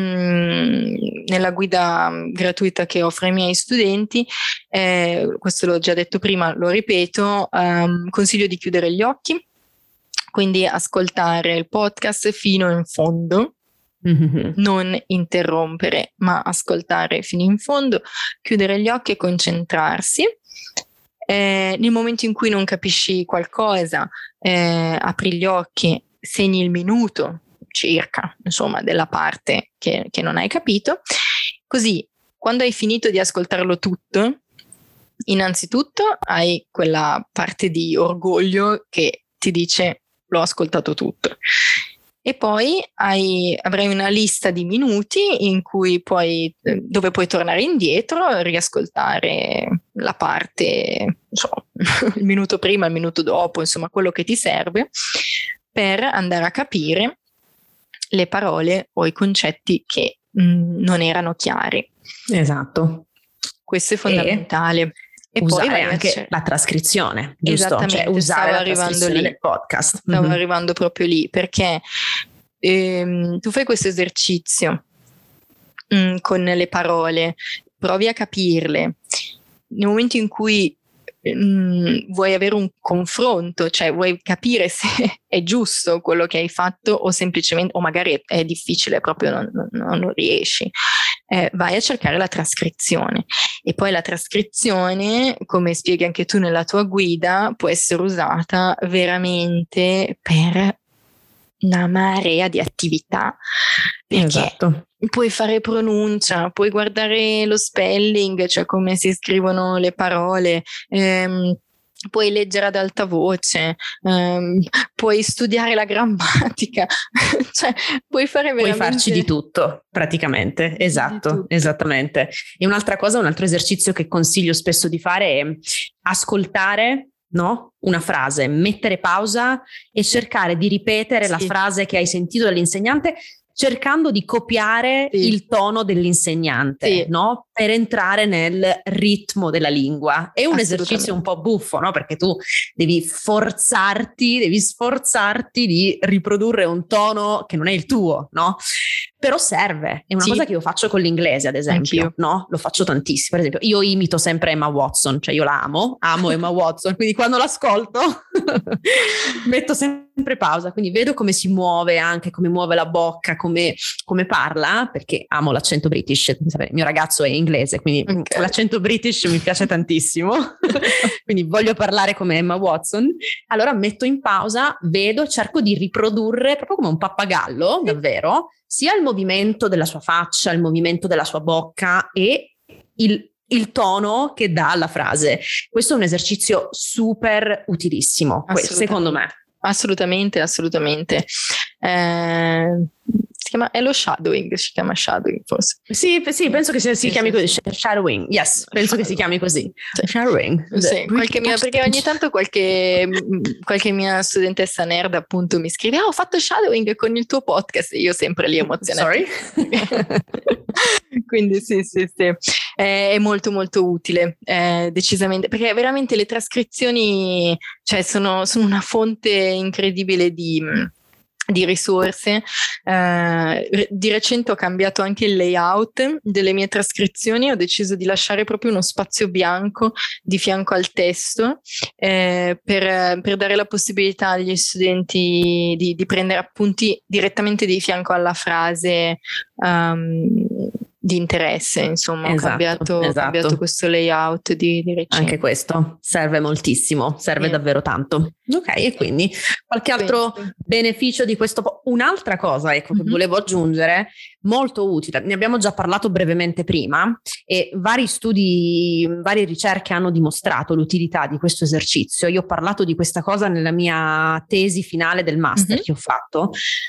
mh, nella guida gratuita che offro ai miei studenti, eh, questo l'ho già detto prima, lo ripeto, um, consiglio di chiudere gli occhi, quindi ascoltare il podcast fino in fondo, mm-hmm. non interrompere, ma ascoltare fino in fondo, chiudere gli occhi e concentrarsi. Eh, nel momento in cui non capisci qualcosa, eh, apri gli occhi, segni il minuto circa, insomma, della parte che, che non hai capito. Così, quando hai finito di ascoltarlo tutto, innanzitutto hai quella parte di orgoglio che ti dice l'ho ascoltato tutto. E poi hai, avrai una lista di minuti in cui puoi, dove puoi tornare indietro, riascoltare la parte, non so, il minuto prima, il minuto dopo, insomma, quello che ti serve per andare a capire le parole o i concetti che mh, non erano chiari. Esatto. Questo è fondamentale. E, e usare poi anche cer- la trascrizione, giusto? Esattamente, cioè usare la trascrizione lì. del podcast. Stavo mm-hmm. arrivando proprio lì, perché ehm, tu fai questo esercizio mh, con le parole, provi a capirle. Nel momento in cui mh, vuoi avere un confronto, cioè vuoi capire se è giusto quello che hai fatto o semplicemente, o magari è, è difficile, proprio non, non, non riesci, eh, vai a cercare la trascrizione. E poi la trascrizione, come spieghi anche tu nella tua guida, può essere usata veramente per una marea di attività, perché esatto. puoi fare pronuncia, puoi guardare lo spelling, cioè come si scrivono le parole, ehm, puoi leggere ad alta voce, ehm, puoi studiare la grammatica, cioè puoi fare veramente... Puoi farci di tutto, praticamente, esatto, tutto. Esattamente. E un'altra cosa, un altro esercizio che consiglio spesso di fare è ascoltare, no? Una frase, mettere pausa e cercare di ripetere sì. la frase che hai sentito dall'insegnante, cercando di copiare sì. il tono dell'insegnante, sì. no? Per entrare nel ritmo della lingua. È un esercizio un po' buffo, no? Perché tu devi forzarti, devi sforzarti di riprodurre un tono che non è il tuo, no? Però serve. È una sì. cosa che io faccio con l'inglese, ad esempio, Anch'io. no? Lo faccio tantissimo. Per esempio, io imito sempre Emma Watson, cioè io la amo, amo Emma Watson, quindi quando l'ascolto metto sempre pausa, quindi vedo come si muove, anche come muove la bocca, come, come parla, perché amo l'accento British. Il mio ragazzo è inglese, quindi okay. l'accento British mi piace tantissimo, quindi voglio parlare come Emma Watson. Allora metto in pausa, vedo, cerco di riprodurre proprio come un pappagallo, davvero, sia il movimento della sua faccia, il movimento della sua bocca e il, il tono che dà alla frase. Questo è un esercizio super utilissimo, secondo me. Assolutamente, assolutamente. Eh, si chiama, è lo shadowing, si chiama shadowing forse. Sì, sì, penso che si, si chiami così, shadowing, yes, penso che si chiami così. Sì. Shadowing. Sì, qualche mia, perché ogni tanto qualche, qualche mia studentessa nerd appunto mi scrive, ah, ho fatto shadowing con il tuo podcast, e io sempre lì emozionata. Sorry? Quindi sì, sì, sì, è molto molto utile, eh, decisamente, perché veramente le trascrizioni, cioè sono, sono una fonte incredibile di, di risorse. Eh, di recente ho cambiato anche il layout delle mie trascrizioni, ho deciso di lasciare proprio uno spazio bianco di fianco al testo eh, per, per dare la possibilità agli studenti di, di prendere appunti direttamente di fianco alla frase um, di interesse, insomma. Esatto, ho cambiato, esatto. cambiato questo layout di, di recente. Anche questo serve moltissimo, serve yeah. davvero tanto. Ok, e quindi qualche altro questo. beneficio di questo? Po- Un'altra cosa, ecco, mm-hmm. che volevo aggiungere, molto utile, ne abbiamo già parlato brevemente prima e vari studi, varie ricerche hanno dimostrato l'utilità di questo esercizio. Io ho parlato di questa cosa nella mia tesi finale del master mm-hmm. che ho fatto.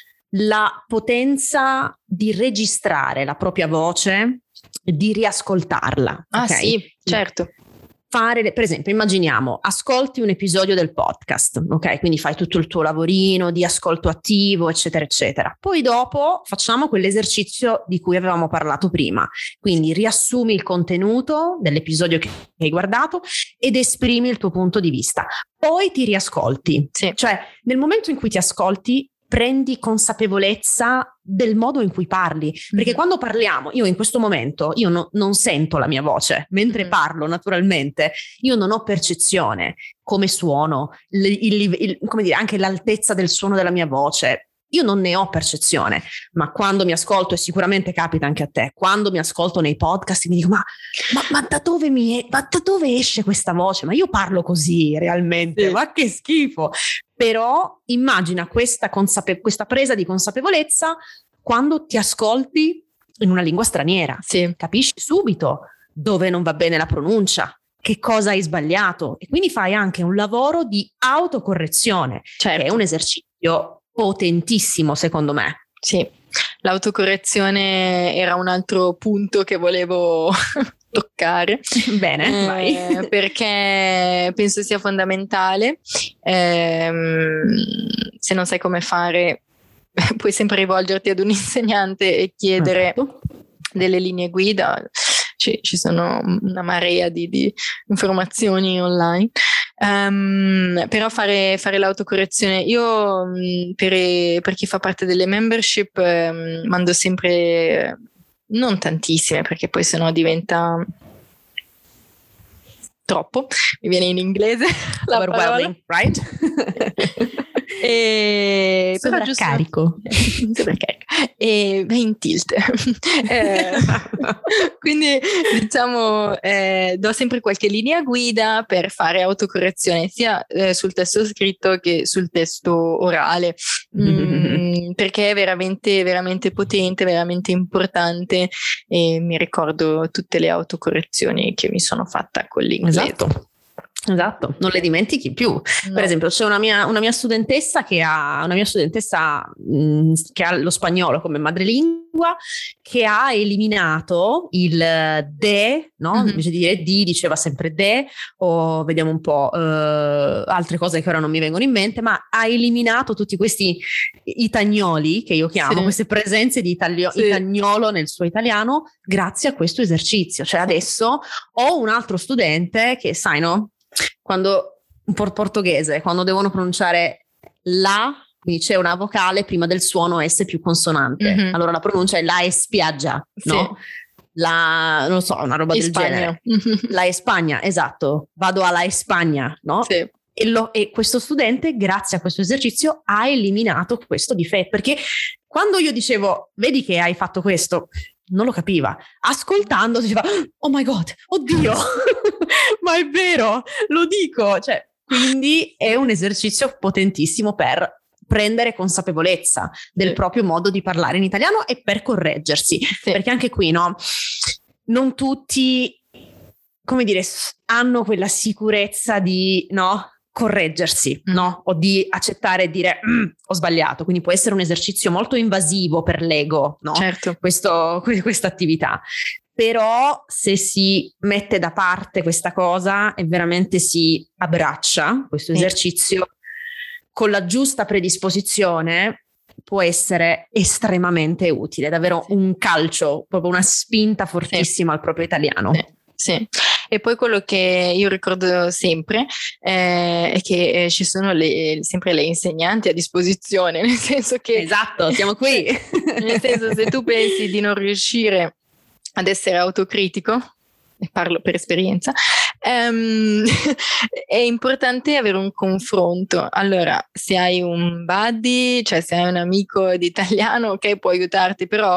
La potenza di registrare la propria voce, di riascoltarla. Ah okay? Sì, certo. Fare, per esempio, immaginiamo, ascolti un episodio del podcast, ok? Quindi fai tutto il tuo lavorino di ascolto attivo, eccetera, eccetera. Poi dopo facciamo quell'esercizio di cui avevamo parlato prima. Quindi riassumi il contenuto dell'episodio che hai guardato ed esprimi il tuo punto di vista. Poi ti riascolti. Sì. Cioè, nel momento in cui ti ascolti, prendi consapevolezza del modo in cui parli, perché mm-hmm. quando parliamo, io in questo momento io no, non sento la mia voce, mentre mm-hmm. parlo naturalmente, io non ho percezione come suono, il, il, il, come dire, anche l'altezza del suono della mia voce. Io non ne ho percezione, ma quando mi ascolto, e sicuramente capita anche a te, quando mi ascolto nei podcast mi dico ma, ma, ma da dove mi è, ma da dove esce questa voce? Ma io parlo così realmente, sì. ma che schifo! Però immagina questa, consape- questa presa di consapevolezza quando ti ascolti in una lingua straniera, sì. capisci subito dove non va bene la pronuncia, che cosa hai sbagliato e quindi fai anche un lavoro di autocorrezione, certo. che è un esercizio potentissimo secondo me. Sì, l'autocorrezione era un altro punto che volevo toccare. Bene, eh, vai. Perché penso sia fondamentale. Eh, se non sai come fare, puoi sempre rivolgerti ad un insegnante e chiedere esatto. delle linee guida. Ci, ci sono una marea di, di informazioni online. Um, però fare, fare l'autocorrezione io um, per, per chi fa parte delle membership um, mando sempre, non tantissime perché poi sennò diventa troppo, mi viene in inglese la overwhelming, right? E sovraccarico e vai in tilt eh, quindi diciamo eh, do sempre qualche linea guida per fare autocorrezione sia eh, sul testo scritto che sul testo orale mm, perché è veramente veramente potente, veramente importante e mi ricordo tutte le autocorrezioni che mi sono fatta con l'inglese. Esatto. Esatto, non le dimentichi più. No. Per esempio, c'è una mia, una mia studentessa che ha una mia studentessa mh, che ha lo spagnolo come madrelingua, che ha eliminato il de, no? Mm-hmm. Invece di dire di diceva sempre de, o vediamo un po' uh, altre cose che ora non mi vengono in mente, ma ha eliminato tutti questi itagnoli che io chiamo, sì. queste presenze di italio- sì. itagnolo nel suo italiano grazie a questo esercizio. Cioè adesso ho un altro studente che sai, no? Quando un po' portoghese, quando devono pronunciare la, quindi c'è una vocale prima del suono S più consonante, mm-hmm. allora la pronuncia è la e spiaggia, sì. no? La, non so, una roba del Spagna. genere. La Spagna, esatto, vado alla Spagna, no? Sì. E, lo, e questo studente, grazie a questo esercizio, ha eliminato questo difetto, perché quando io dicevo, vedi che hai fatto questo, non lo capiva, ascoltando diceva oh my god, oddio ma è vero, lo dico, cioè, quindi è un esercizio potentissimo per prendere consapevolezza del sì. proprio modo di parlare in italiano e per correggersi, sì. perché anche qui no, non tutti, come dire, hanno quella sicurezza di no correggersi, mm. no? O di accettare e dire mm, ho sbagliato, quindi può essere un esercizio molto invasivo per l'ego, no? Certo. Questo, questa attività. Però se si mette da parte questa cosa e veramente si abbraccia questo mm. esercizio con la giusta predisposizione, può essere estremamente utile, davvero un calcio, proprio una spinta fortissima sì. al proprio italiano. Sì. Sì, E poi quello che io ricordo sempre eh, è che eh, ci sono le, sempre le insegnanti a disposizione, nel senso che... Esatto, siamo qui. Nel senso, se tu pensi di non riuscire ad essere autocritico, e parlo per esperienza, um, è importante avere un confronto. Allora, se hai un buddy, cioè se hai un amico di italiano, ok, può aiutarti, però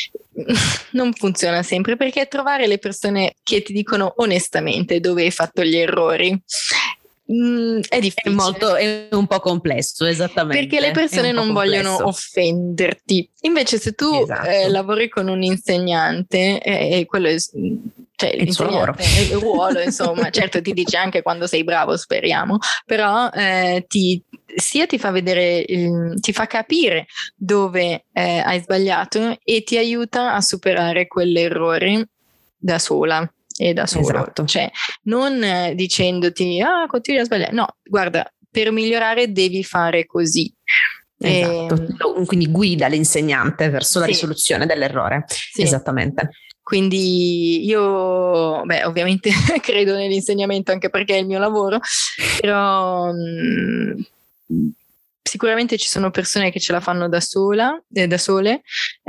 non funziona sempre, perché trovare le persone che ti dicono onestamente dove hai fatto gli errori Mm, è difficile. È molto, è un po' complesso, esattamente. Perché le persone non complesso. vogliono offenderti. Invece se tu esatto. eh, lavori con un insegnante, e eh, quello è, cioè, il suo lavoro. Il ruolo, insomma, certo ti dice anche quando sei bravo, speriamo, però eh, ti, sia ti fa vedere, eh, ti fa capire dove eh, hai sbagliato e ti aiuta a superare quell'errore da sola. E da solo, esatto. Cioè non eh, dicendoti ah continui a sbagliare, no, guarda, per migliorare devi fare così. Esatto. E... quindi guida l'insegnante verso la sì. risoluzione dell'errore. Sì. Esattamente. Quindi io, beh, ovviamente credo nell'insegnamento anche perché è il mio lavoro, però mh, sicuramente ci sono persone che ce la fanno da sola, eh, da sole,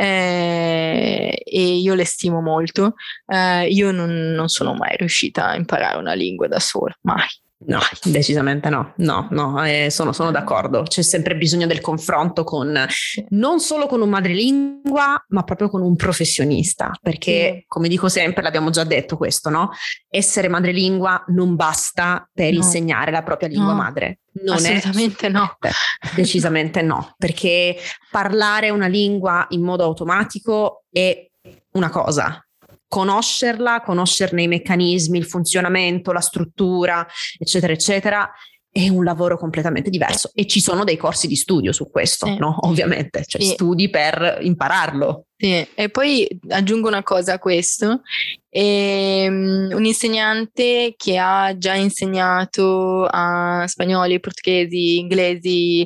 eh, e io le stimo molto. Eh, io non, non sono mai riuscita a imparare una lingua da sola, mai. No, decisamente no, no, no, eh, sono, sono d'accordo. C'è sempre bisogno del confronto con, non solo con un madrelingua, ma proprio con un professionista, perché sì. come dico sempre, l'abbiamo già detto questo, no? Essere madrelingua non basta per no. insegnare la propria lingua no. madre. Non assolutamente è, no. Decisamente no, perché parlare una lingua in modo automatico è una cosa. Conoscerla, conoscerne i meccanismi, il funzionamento, la struttura, eccetera, eccetera, è un lavoro completamente diverso e ci sono dei corsi di studio su questo, sì. no? Ovviamente, cioè sì. studi per impararlo. Sì. E poi aggiungo una cosa a questo, e, um, un insegnante che ha già insegnato a spagnoli, portoghesi, inglesi,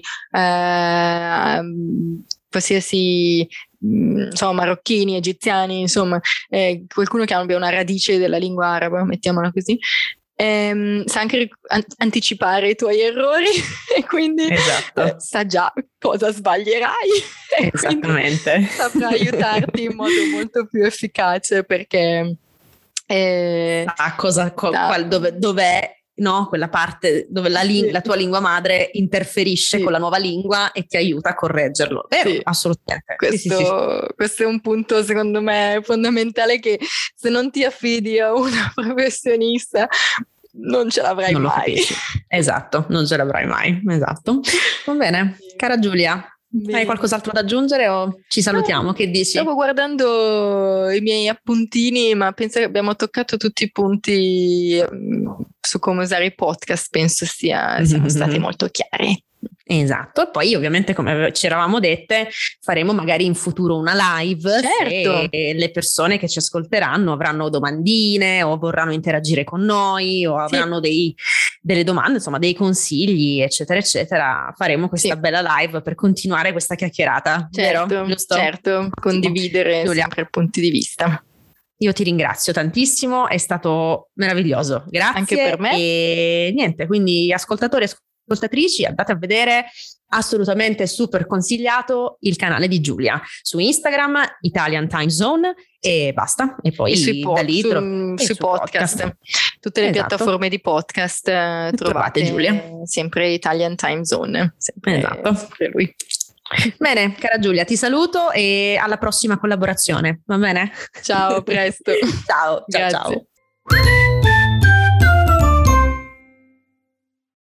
eh, qualsiasi insomma marocchini, egiziani, insomma eh, qualcuno che abbia una radice della lingua araba, mettiamola così, ehm, sa anche an- anticipare i tuoi errori e quindi esatto. eh, sa già cosa sbaglierai e esattamente saprà aiutarti in modo molto più efficace, perché eh, sa cosa co- da, qual, dove, dov'è no, quella parte dove la, ling- sì. la tua lingua madre interferisce sì. con la nuova lingua e ti aiuta a correggerlo. Vero? Sì. Assolutamente. Questo, sì, sì, sì. questo è un punto secondo me fondamentale, che se non ti affidi a una professionista non ce l'avrai non mai. Esatto, non ce l'avrai mai. Esatto. Va bene, cara Giulia. Bene. Hai qualcos'altro da aggiungere o ci salutiamo? No, che dici? Stavo guardando i miei appuntini, ma penso che abbiamo toccato tutti i punti um, su come usare i podcast, penso sia, siano mm-hmm. stati molto chiari. Esatto, e poi ovviamente come ci eravamo dette faremo magari in futuro una live, certo. se le persone che ci ascolteranno avranno domandine o vorranno interagire con noi o avranno sì. dei, delle domande, insomma dei consigli eccetera eccetera, faremo questa sì. bella live per continuare questa chiacchierata, certo, vero? Giusto? Certo, condividere Giulia. sempre punti di vista. Io ti ringrazio tantissimo, è stato meraviglioso, grazie. Anche per me. E niente, quindi ascoltatori e ascoltatrici, andate a vedere, assolutamente super consigliato il canale di Giulia su Instagram, Italian Time Zone, e basta. E poi e sui, po- da lì su, tro- sui podcast. podcast, tutte le esatto. piattaforme di podcast eh, trovate, trovate Giulia. Sempre Italian Time Zone, sempre, esatto. sempre lui. Bene, cara Giulia, ti saluto e alla prossima collaborazione, va bene? Ciao, a presto. ciao, ciao, Grazie. ciao.